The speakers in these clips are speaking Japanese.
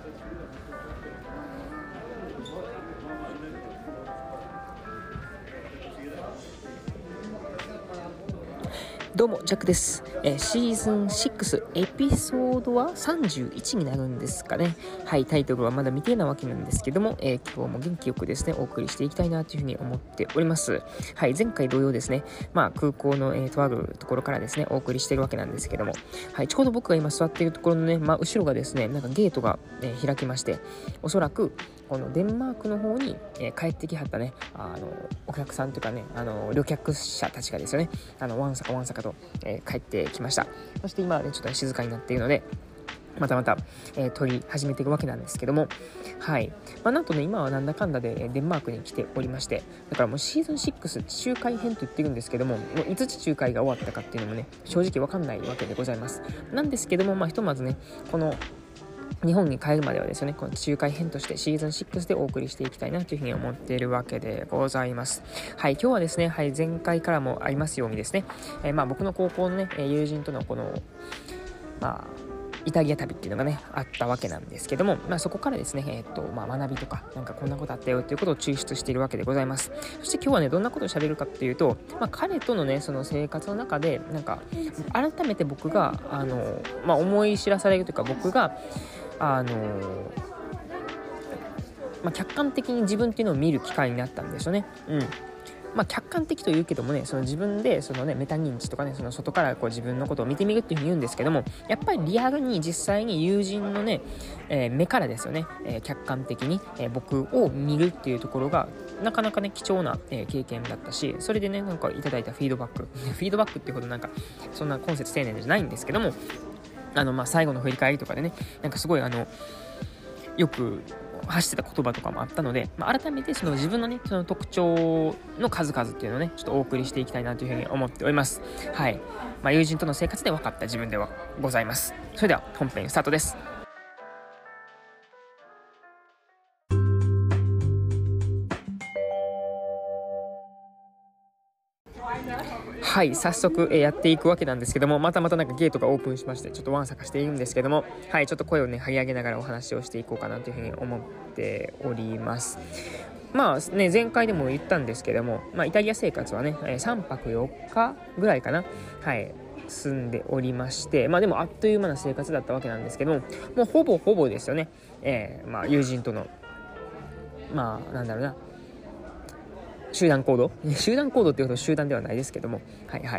どうもジャックです。シーズン6エピソードは31になるんですかね。はい、タイトルはまだ未定なわけなんですけども、今日も元気よくですねお送りしていきたいなというふうに思っております。はい、前回同様ですね、空港の、とあるところからですねお送りしているわけなんですけども、はい、ちょうど僕が今座っているところのね、後ろがですねなんかゲートが、開きまして、おそらくこのデンマークの方に、帰ってきはったねお客さんというかね旅客者たちがですよねわんさかと、帰ってきました。そして今はねちょっと静かになっているのでまた、撮り始めていくわけなんですけども、はい、なんとね今はなんだかんだでデンマークに来ておりまして、だからもうシーズン6周回編と言ってるんですけども、もういつ周回が終わったかっていうのもね正直わかんないわけでございます。なんですけどもひとまずねこの日本に帰るまではですねこの周回編としてシーズン6でお送りしていきたいなというふうに思っているわけでございます。はい、今日はですね、はい、前回からもありますようにですね、僕の高校のね友人とのこのイタリア旅っていうのがねあったわけなんですけども、そこからですね学びとかなんかこんなことあったよっていうことを抽出しているわけでございます。そして今日はねどんなことを喋るかっていうと、彼とのねその生活の中でなんか改めて僕が思い知らされるというか、僕が客観的に自分っていうのを見る機会になったんですよね。客観的というけどもね、その自分でそのねメタ認知とかね、その外からこう自分のことを見てみるっていうふうに言うんですけども、やっぱりリアルに実際に友人のね、目からですよね、客観的に、僕を見るっていうところがなかなかね貴重な、経験だったし、それでねなんかいただいたフィードバックっていうほどなんかそんな今節丁寧じゃないんですけども、最後の振り返りとかでねなんかすごいよく発してた言葉とかもあったので、改めてその自分のねその特徴の数々っていうのをねちょっとお送りしていきたいなというふうに思っております。はい、友人との生活で分かった自分ではございます。それでは本編スタートです。はい、早速、やっていくわけなんですけども、またなんかゲートがオープンしまして、ちょっとわんさかしているんですけども、はい、ちょっと声をね張り上げながらお話をしていこうかなというふうに思っております。前回でも言ったんですけども、イタリア生活はね3泊4日ぐらいかな、はい、住んでおりまして、でもあっという間な生活だったわけなんですけども、もうほぼですよね、友人とのなんだろうな集団行動っていうほど集団ではないですけども、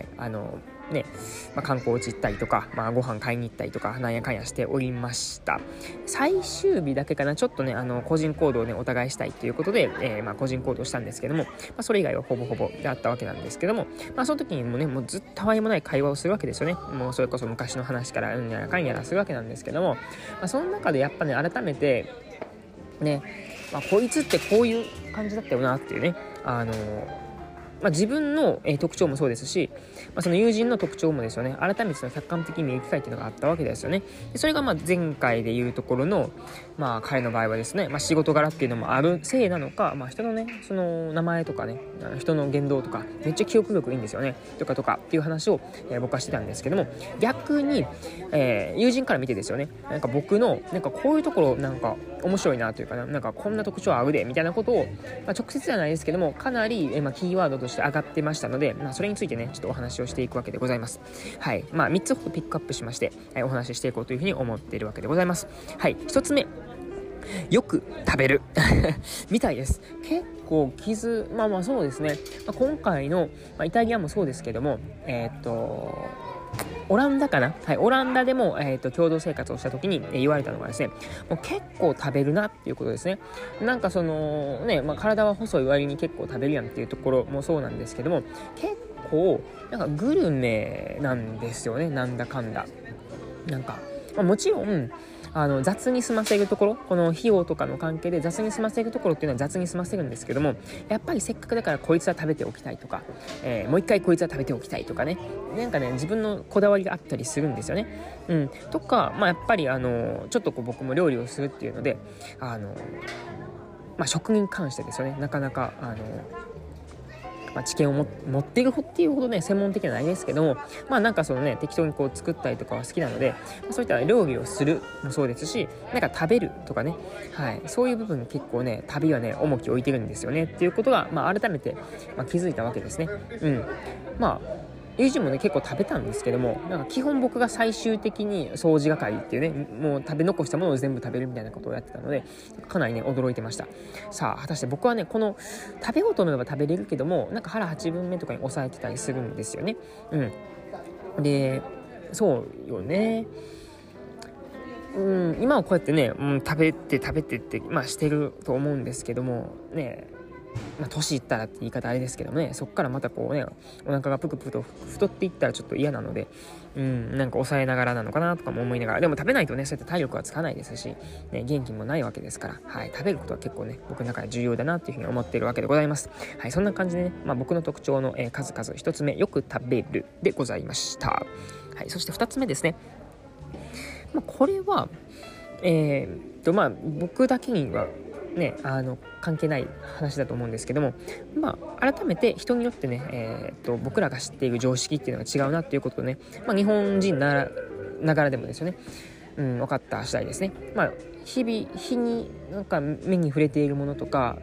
観光地行ったりとか、ご飯買いに行ったりとかなんやかんやしておりました。最終日だけかなちょっとね個人行動をねお互いしたいということで、個人行動したんですけども、それ以外はほぼであったわけなんですけども、その時にもねもうずっとたわいもない会話をするわけですよね。もうそれこそ昔の話からやらかんやらするわけなんですけども、その中でやっぱね改めてねこいつってこういう感じだったよなっていうね自分の、特徴もそうですし、その友人の特徴もですよね改めてその客観的に見る機会っていうのがあったわけですよね。でそれが前回でいうところの彼の場合はですね、仕事柄っていうのもあるせいなのか、人のねその名前とかね人の言動とかめっちゃ記憶力いいんですよねとかっていう話を、僕はしてたんですけども、逆に、友人から見てですよねなんか僕のなんかこういうところなんか面白いなというかなんかこんな特徴合うでみたいなことを、直接じゃないですけどもかなり、キーワードとして上がってましたので、それについてねちょっとお話をしていくわけでございます。はい、3つほどピックアップしまして、お話ししていこうというふうに思っているわけでございます。はい、1つ目、よく食べるみたいです。結構そうですね、今回の、イタリアもそうですけどもオランダかな、はい、オランダでも、共同生活をした時に、言われたのがですね、もう結構食べるなっていうことですね。なんかそのね、体は細い割に結構食べるやんっていうところもそうなんですけども、結構なんかグルメなんですよね、なんだかんだ。なんか、もちろん雑に済ませるところ、この費用とかの関係で雑に済ませるところっていうのは雑に済ませるんですけども、やっぱりせっかくだからこいつは食べておきたいとか、もう一回こいつは食べておきたいとかね、なんかね自分のこだわりがあったりするんですよね。とかやっぱりちょっと僕も料理をするっていうので食に関してですよね、なかなか知見を持っているっていうほどね専門的じゃないですけども、なんかそのね適当にこう作ったりとかは好きなので、そういった料理をするもそうですし、なんか食べるとかね、そういう部分に結構ね旅はね重きを置いてるんですよねっていうことが、改めて、気づいたわけですね。友人もね結構食べたんですけども、なんか基本僕が最終的に掃除係っていうね、もう食べ残したものを全部食べるみたいなことをやってたので、かなりね驚いてました。さあ果たして僕はねこの食べようと思えば食べれるけども、なんか腹8分目とかに抑えてたりするんですよね。でそうよね。今はこうやってね、食べてって、してると思うんですけどもね、年いったらって言い方あれですけどもね、そっからまたこうねお腹がぷくぷくと太っていったらちょっと嫌なので、なんか抑えながらなのかなとかも思いながら、でも食べないとねそうやって体力はつかないですし、ね、元気もないわけですから、食べることは結構ね僕の中で重要だなっていうふうに思っているわけでございます。そんな感じでね、僕の特徴の、数々、1つ目よく食べるでございました。そして2つ目ですね。これは僕だけにはね関係ない話だと思うんですけども、改めて人によってね、僕らが知っている常識っていうのが違うなっていうことをね、日本人ながらでもですよね、分かった次第ですね。日になんか目に触れているものとか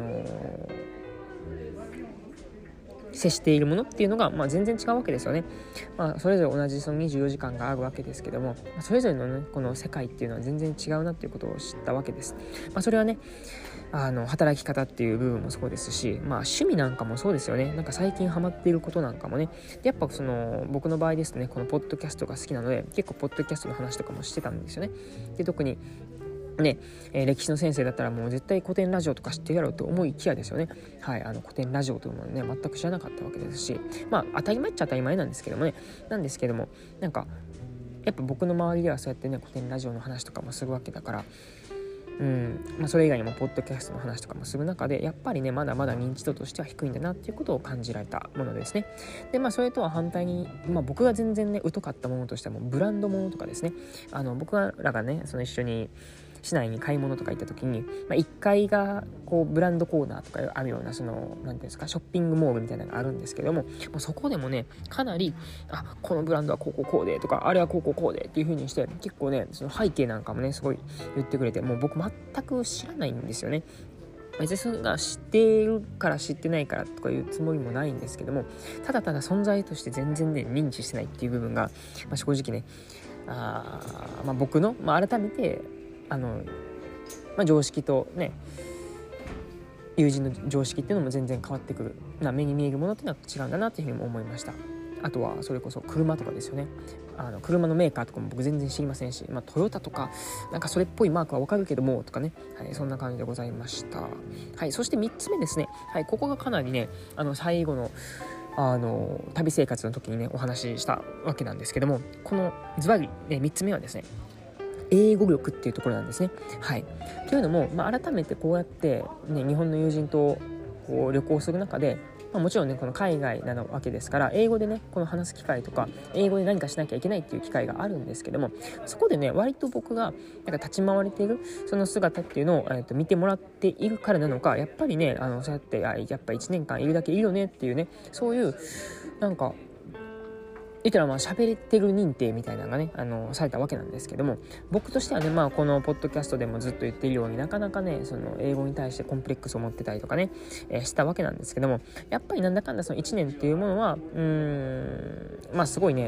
接しているものっていうのが、全然違うわけですよね。それぞれ同じその24時間があるわけですけども、それぞれのねこの世界っていうのは全然違うなっていうことを知ったわけです。それはね働き方っていう部分もそうですし、趣味なんかもそうですよね。なんか最近ハマっていることなんかもね、でやっぱその僕の場合ですね、このポッドキャストが好きなので結構ポッドキャストの話とかもしてたんですよね。で特にね歴史の先生だったらもう絶対古典ラジオとか知ってるやろうと思いきやですよね。古典ラジオというものね全く知らなかったわけですし、当たり前っちゃ当たり前なんですけどもなんかやっぱ僕の周りではそうやってね古典ラジオの話とかもするわけだから、それ以外にもポッドキャストの話とかもする中でやっぱりねまだまだ認知度としては低いんだなっていうことを感じられたものですね。でそれとは反対に、僕が全然ね疎かったものとしてはもうブランドものとかですね。僕らがねその一緒に市内に買い物とか行った時に、1階がこうブランドコーナーとかあるようなそのなんていうんですかショッピングモールみたいなのがあるんですけども、そこでもねかなりこのブランドはこうでとかあれはこうでっていう風にして結構ねその背景なんかもねすごい言ってくれて、もう僕全く知らないんですよね。別にそれが知っているから知ってないからとかいうつもりもないんですけども、ただただ存在として全然ね認知してないっていう部分が、正直ね僕の、改めて常識とね友人の常識っていうのも全然変わってくる目に見えるものっていうのは違うんだなっていうふうにも思いました。あとはそれこそ車とかですよね。車のメーカーとかも僕全然知りませんし、トヨタとかなんかそれっぽいマークはわかるけどもとかね、そんな感じでございました。そして3つ目ですね。ここがかなりね最後の旅生活の時にねお話ししたわけなんですけども、このズバリ、3つ目はですね英語力っていうところなんですね。というのも、改めてこうやって、日本の友人とこう旅行する中で、もちろんねこの海外なわけですから英語でねこの話す機会とか英語で何かしなきゃいけないっていう機会があるんですけども、そこでね割と僕がなんか立ち回れているその姿っていうのを、見てもらっているからなのか、やっぱりねそうやってやっぱ1年間いるだけいいよねっていうね、そういうなんか言ったら喋れてる認定みたいなのがねされたわけなんですけども、僕としてはねこのポッドキャストでもずっと言っているようになかなかねその英語に対してコンプレックスを持ってたりとかね、したわけなんですけども、やっぱりなんだかんだその1年っていうものはすごいね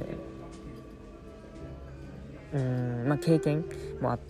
経験もあって、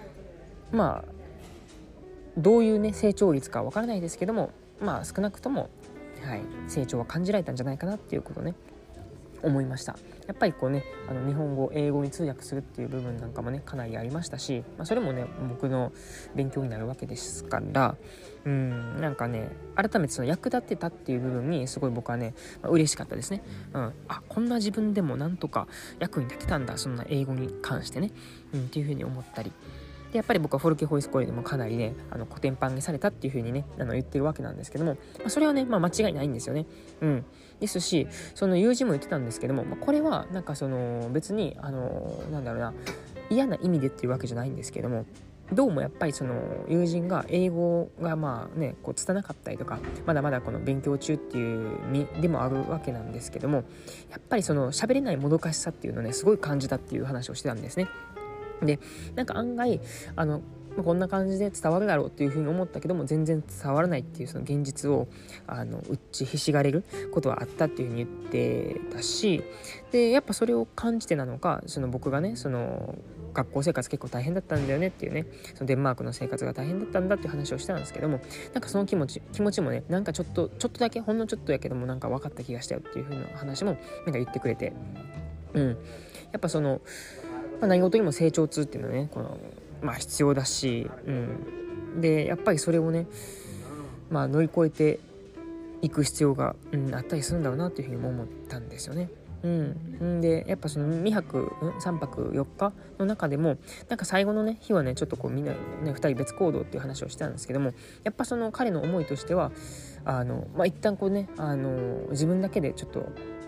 どういうね成長率かわからないですけども、少なくとも成長は感じられたんじゃないかなっていうことね思いました。やっぱりこうね日本語英語に通訳するっていう部分なんかもねかなりありましたし、それもね僕の勉強になるわけですから、なんかね改めてその役立ってたっていう部分にすごい僕はね、嬉しかったですね。こんな自分でもなんとか役に立てたんだ、そんな英語に関してね、っていうふうに思ったりで、やっぱり僕はフォルケホイスコレでもかなりねコテンパンにされたっていう風にね言ってるわけなんですけども、それはね間違いないんですよね。ですしその友人も言ってたんですけども、これはなんかその別に嫌な意味でっていうわけじゃないんですけども、 どうもやっぱりその友人が英語がまあねこう拙かったりとか、まだまだこの勉強中っていう身でもあるわけなんですけども、やっぱりその喋れないもどかしさっていうのをねすごい感じたっていう話をしてたんですね。でなんか案外こんな感じで伝わるだろうっていうふうに思ったけども全然伝わらないっていうその現実を打ちひしがれることはあったっていうふうに言ってたし、でやっぱそれを感じてなのか、その僕がねその学校生活結構大変だったんだよねっていうね、そのデンマークの生活が大変だったんだっていう話をしたんですけども、なんかその気持ちもねなんかちょっとだけほんのちょっとやけどもなんか分かった気がしたよっていう風な話もなんか言ってくれて、やっぱその、何事にも成長痛っていうのはね必要だし、でやっぱりそれをね乗り越えていく必要が、あったりするんだろうなっていうふうにも思ったんですよね。でやっぱその3泊4日の中でもなんか最後のね日はねちょっとこうみんなね2人別行動っていう話をしたんですけども、やっぱその彼の思いとしては一旦こうね自分だけでちょっと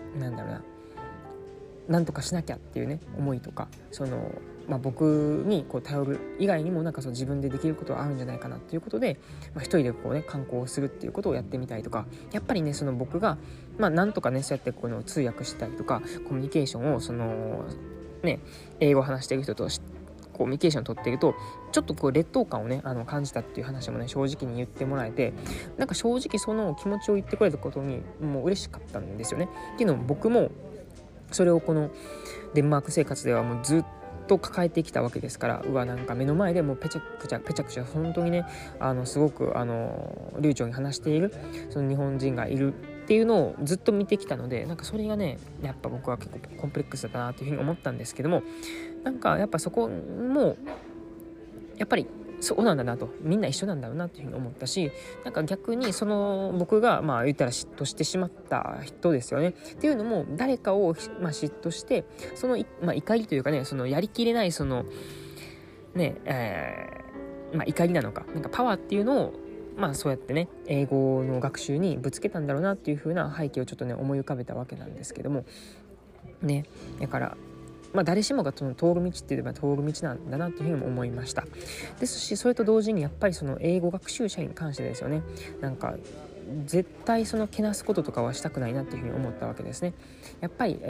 なんとかしなきゃっていうね思いとか、僕にこう頼る以外にもなんかその自分でできることはあるんじゃないかなっていうことで、一人でこうね観光するっていうことをやってみたりとか、やっぱりねその僕がなんとかねそうやってこの通訳したりとかコミュニケーションをそのね英語を話している人とコミュニケーションを取っているとちょっとこう劣等感をね感じたっていう話もね正直に言ってもらえて、なんか正直その気持ちを言ってくれたことにもう嬉しかったんですよね。っていうのも僕もそれをこのデンマーク生活ではもうずっと抱えてきたわけですから、なんか目の前でもうペチャクチャ本当にねすごく流暢に話しているその日本人がいるっていうのをずっと見てきたので、なんかそれがねやっぱ僕は結構コンプレックスだったなというふうに思ったんですけども、なんかやっぱそこもやっぱりそうなんだなと、みんな一緒なんだろうなっていうふうに思ったし、なんか逆にその僕が言ったら嫉妬してしまった人ですよねっていうのも誰かを嫉妬してその怒りというかね、そのやりきれないそのね怒りなのかなんかパワーっていうのをそうやってね英語の学習にぶつけたんだろうなっていう風な背景をちょっとね思い浮かべたわけなんですけどもね、だから誰しもがその通る道って言えば通る道なんだなというふうにも思いました。ですしそれと同時にやっぱりその英語学習者に関してですよね、なんか絶対そのけなすこととかはしたくないなっていうふうに思ったわけですね。やっぱり、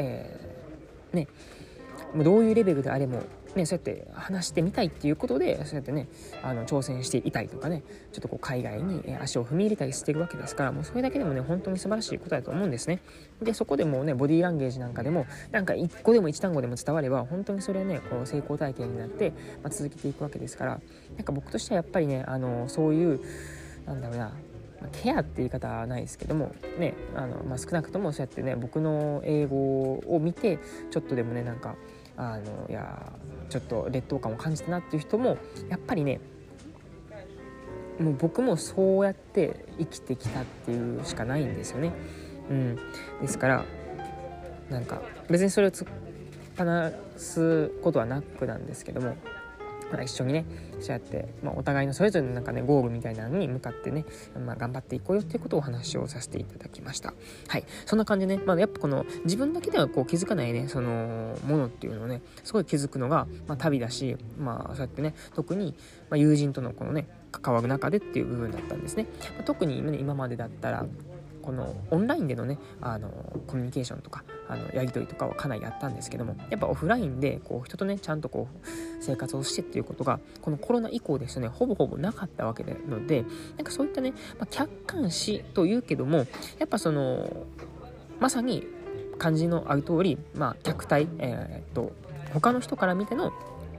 もうどういうレベルであれもそうやって話してみたいっていうことでそうやってね挑戦していたりとかね、ちょっとこう海外に足を踏み入れたりしてるわけですから、もうそれだけでもね本当に素晴らしいことだと思うんですね。でそこでもうねボディーランゲージなんかでもなんか一個でも一単語でも伝われば本当にそれはねこう成功体験になって、続けていくわけですから、なんか僕としてはやっぱりねそういうケアって言い方はないですけどもね少なくともそうやってね僕の英語を見てちょっとでもねなんかちょっと劣等感を感じたなっていう人もやっぱりねもう僕もそうやって生きてきたっていうしかないんですよね。ですからなんか別にそれを突っ放すことはなくなんですけども、一緒にねそうやって、お互いのそれぞれのなんかねゴールみたいなのに向かってね、頑張っていこうよっていうことをお話をさせていただきました。はい、そんな感じでね、やっぱこの自分だけではこう気づかないねそのものっていうのをねすごい気づくのが、旅だし、そうやってね特に、友人とのこのね関わる中でっていう部分だったんですね。特に今までだったらこのオンラインでのねコミュニケーションとかやり取りとかはかなりあったんですけども、やっぱオフラインでこう人とねちゃんとこう生活をしてっていうことがこのコロナ以降ですねほぼなかったわけなので、なんかそういったね、客観視というけどもやっぱそのまさに漢字のある通り、客体、他の人から見ての、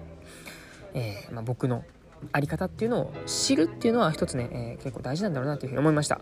僕のあり方っていうのを知るっていうのは一つね、結構大事なんだろうなというふうに思いました。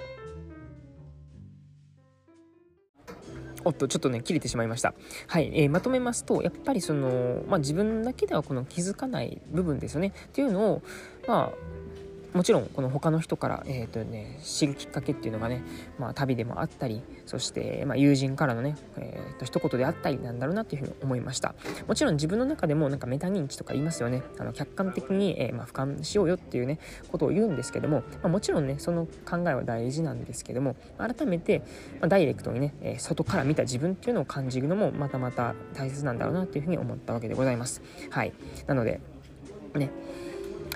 ちょっとね切れてしまいました。はい、まとめますとやっぱりその、自分だけではこの気づかない部分ですよねっていうのをもちろんこの他の人から、知るきっかけっていうのがね、旅でもあったり、そして、友人からのね、一言であったりなんだろうなというふうに思いました。もちろん自分の中でもなんかメタ認知とか言いますよね。客観的に、俯瞰しようよっていうねことを言うんですけども、もちろんねその考えは大事なんですけども、改めて、ダイレクトにね、外から見た自分っていうのを感じるのもまた大切なんだろうなというふうに思ったわけでございます。はい、なのでね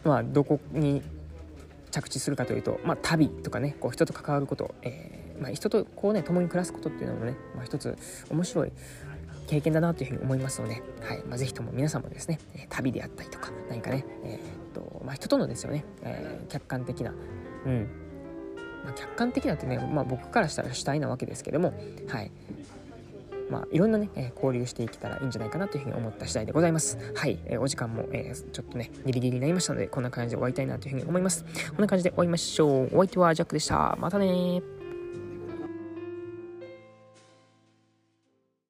どこに着地するかというと、旅とかね、こう人と関わること、人とこうね共に暮らすことっていうのもね、一つ面白い経験だなというふうに思いますので、ぜひとも皆さんもですね、旅であったりとか何かね、人とのですよね、客観的な、客観的なってね、僕からしたら主体なわけですけども、いろんなね、交流していけたらいいんじゃないかなというふうに思った次第でございます。お時間も、ちょっとねギリギリになりましたので、こんな感じで終わりたいなというふうに思います。こんな感じで終わりましょう。お相手はジャックでした。またね。